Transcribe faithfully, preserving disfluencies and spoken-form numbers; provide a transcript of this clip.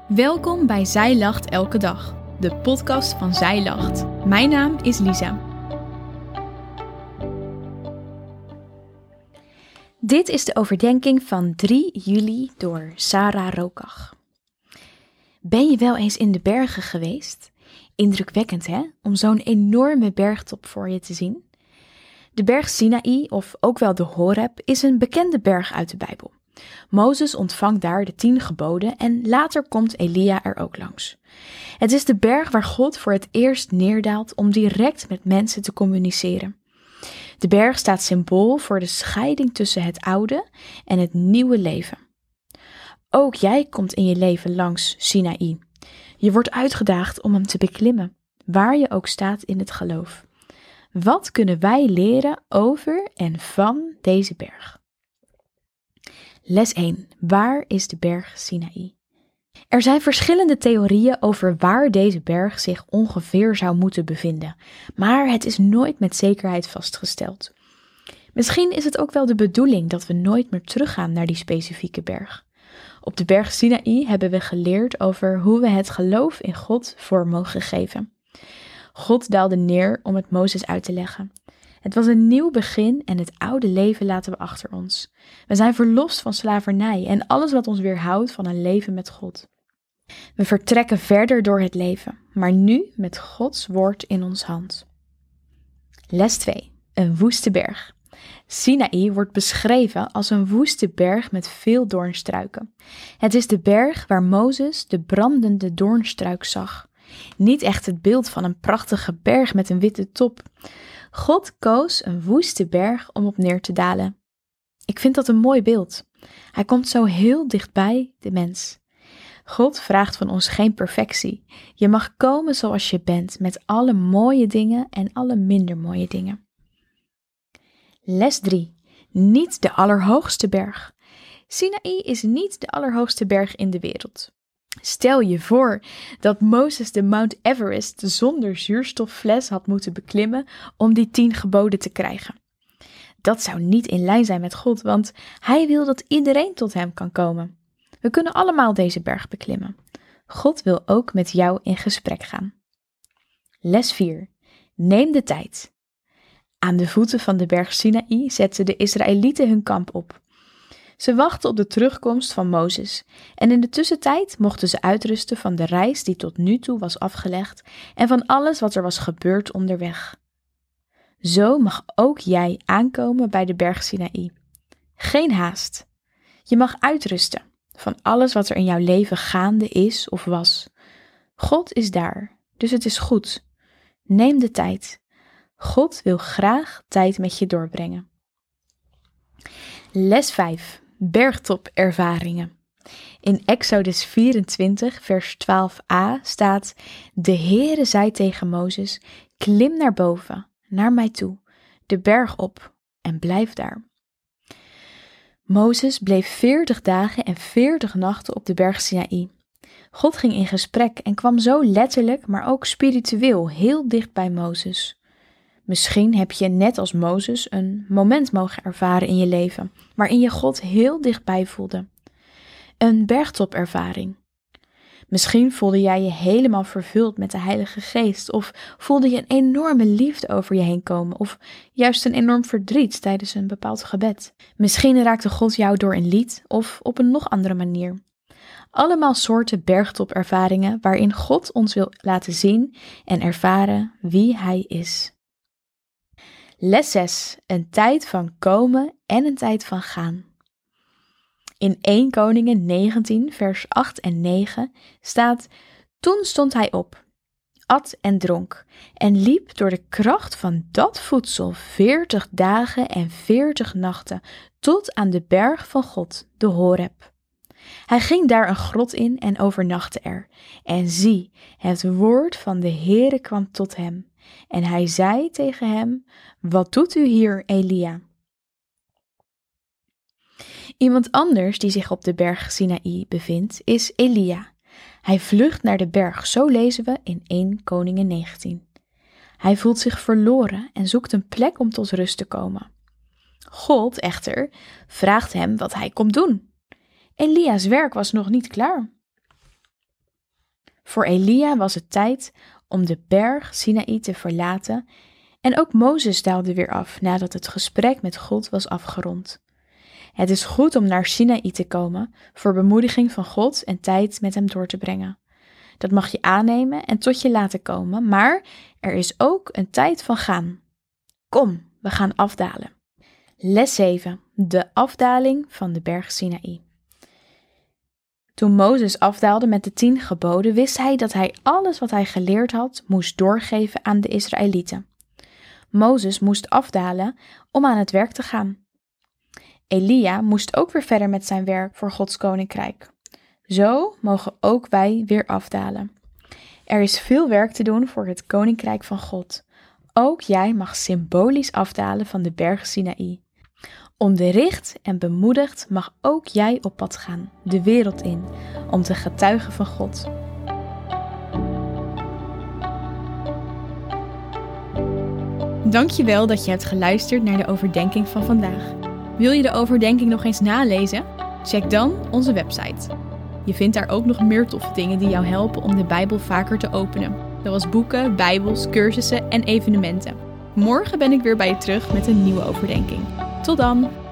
Welkom bij Zij Lacht Elke Dag, de podcast van Zij Lacht. Mijn naam is Lisa. Dit is de overdenking van drie juli door Sarah Rokach. Ben je wel eens in de bergen geweest? Indrukwekkend hè, om zo'n enorme bergtop voor je te zien. De berg Sinaï, of ook wel de Horeb, is een bekende berg uit de Bijbel. Mozes ontvangt daar de tien geboden en later komt Elia er ook langs. Het is de berg waar God voor het eerst neerdaalt om direct met mensen te communiceren. De berg staat symbool voor de scheiding tussen het oude en het nieuwe leven. Ook jij komt in je leven langs Sinaï. Je wordt uitgedaagd om hem te beklimmen, waar je ook staat in het geloof. Wat kunnen wij leren over en van deze berg? Les één. Waar is de berg Sinaï? Er zijn verschillende theorieën over waar deze berg zich ongeveer zou moeten bevinden, maar het is nooit met zekerheid vastgesteld. Misschien is het ook wel de bedoeling dat we nooit meer teruggaan naar die specifieke berg. Op de berg Sinaï hebben we geleerd over hoe we het geloof in God vorm mogen geven. God daalde neer om het Mozes uit te leggen. Het was een nieuw begin en het oude leven laten we achter ons. We zijn verlost van slavernij en alles wat ons weerhoudt van een leven met God. We vertrekken verder door het leven, maar nu met Gods woord in ons hand. Les twee. Een woeste berg. Sinaï wordt beschreven als een woeste berg met veel doornstruiken. Het is de berg waar Mozes de brandende doornstruik zag. Niet echt het beeld van een prachtige berg met een witte top. God koos een woeste berg om op neer te dalen. Ik vind dat een mooi beeld. Hij komt zo heel dichtbij de mens. God vraagt van ons geen perfectie. Je mag komen zoals je bent, met alle mooie dingen en alle minder mooie dingen. Les drie. Niet de allerhoogste berg. Sinaï is niet de allerhoogste berg in de wereld. Stel je voor dat Mozes de Mount Everest zonder zuurstoffles had moeten beklimmen om die tien geboden te krijgen. Dat zou niet in lijn zijn met God, want hij wil dat iedereen tot hem kan komen. We kunnen allemaal deze berg beklimmen. God wil ook met jou in gesprek gaan. Les vier. Neem de tijd. Aan de voeten van de berg Sinaï zetten de Israëlieten hun kamp op. Ze wachten op de terugkomst van Mozes en in de tussentijd mochten ze uitrusten van de reis die tot nu toe was afgelegd en van alles wat er was gebeurd onderweg. Zo mag ook jij aankomen bij de berg Sinaï. Geen haast. Je mag uitrusten van alles wat er in jouw leven gaande is of was. God is daar, dus het is goed. Neem de tijd. God wil graag tijd met je doorbrengen. Les vijf. Bergtopervaringen. In Exodus vierentwintig vers twaalf a staat: De Heere zei tegen Mozes, klim naar boven, naar mij toe, de berg op en blijf daar. Mozes bleef veertig dagen en veertig nachten op de berg Sinaï. God ging in gesprek en kwam zo letterlijk, maar ook spiritueel heel dicht bij Mozes. Misschien heb je net als Mozes een moment mogen ervaren in je leven, waarin je God heel dichtbij voelde. Een bergtopervaring. Misschien voelde jij je helemaal vervuld met de Heilige Geest, of voelde je een enorme liefde over je heen komen, of juist een enorm verdriet tijdens een bepaald gebed. Misschien raakte God jou door een lied, of op een nog andere manier. Allemaal soorten bergtopervaringen waarin God ons wil laten zien en ervaren wie Hij is. Les zes. Een tijd van komen en een tijd van gaan. In eerste Koningen negentien vers acht en negen staat: Toen stond hij op, at en dronk en liep door de kracht van dat voedsel veertig dagen en veertig nachten tot aan de berg van God, de Horeb. Hij ging daar een grot in en overnachtte er. En zie, het woord van de Heere kwam tot hem. En hij zei tegen hem: Wat doet u hier, Elia? Iemand anders die zich op de berg Sinaï bevindt, is Elia. Hij vlucht naar de berg, zo lezen we in eerste Koningen negentien. Hij voelt zich verloren en zoekt een plek om tot rust te komen. God echter vraagt hem wat hij komt doen. Elia's werk was nog niet klaar. Voor Elia was het tijd om de berg Sinaï te verlaten en ook Mozes daalde weer af nadat het gesprek met God was afgerond. Het is goed om naar Sinaï te komen voor bemoediging van God en tijd met hem door te brengen. Dat mag je aannemen en tot je laten komen, maar er is ook een tijd van gaan. Kom, we gaan afdalen. Les zeven. De afdaling van de berg Sinaï. Toen Mozes afdaalde met de tien geboden, wist hij dat hij alles wat hij geleerd had, moest doorgeven aan de Israëlieten. Mozes moest afdalen om aan het werk te gaan. Elia moest ook weer verder met zijn werk voor Gods koninkrijk. Zo mogen ook wij weer afdalen. Er is veel werk te doen voor het koninkrijk van God. Ook jij mag symbolisch afdalen van de berg Sinaï. Onderricht en bemoedigd mag ook jij op pad gaan, de wereld in, om te getuigen van God. Dankjewel dat je hebt geluisterd naar de overdenking van vandaag. Wil je de overdenking nog eens nalezen? Check dan onze website. Je vindt daar ook nog meer toffe dingen die jou helpen om de Bijbel vaker te openen. Zoals boeken, bijbels, cursussen en evenementen. Morgen ben ik weer bij je terug met een nieuwe overdenking. Tot dan!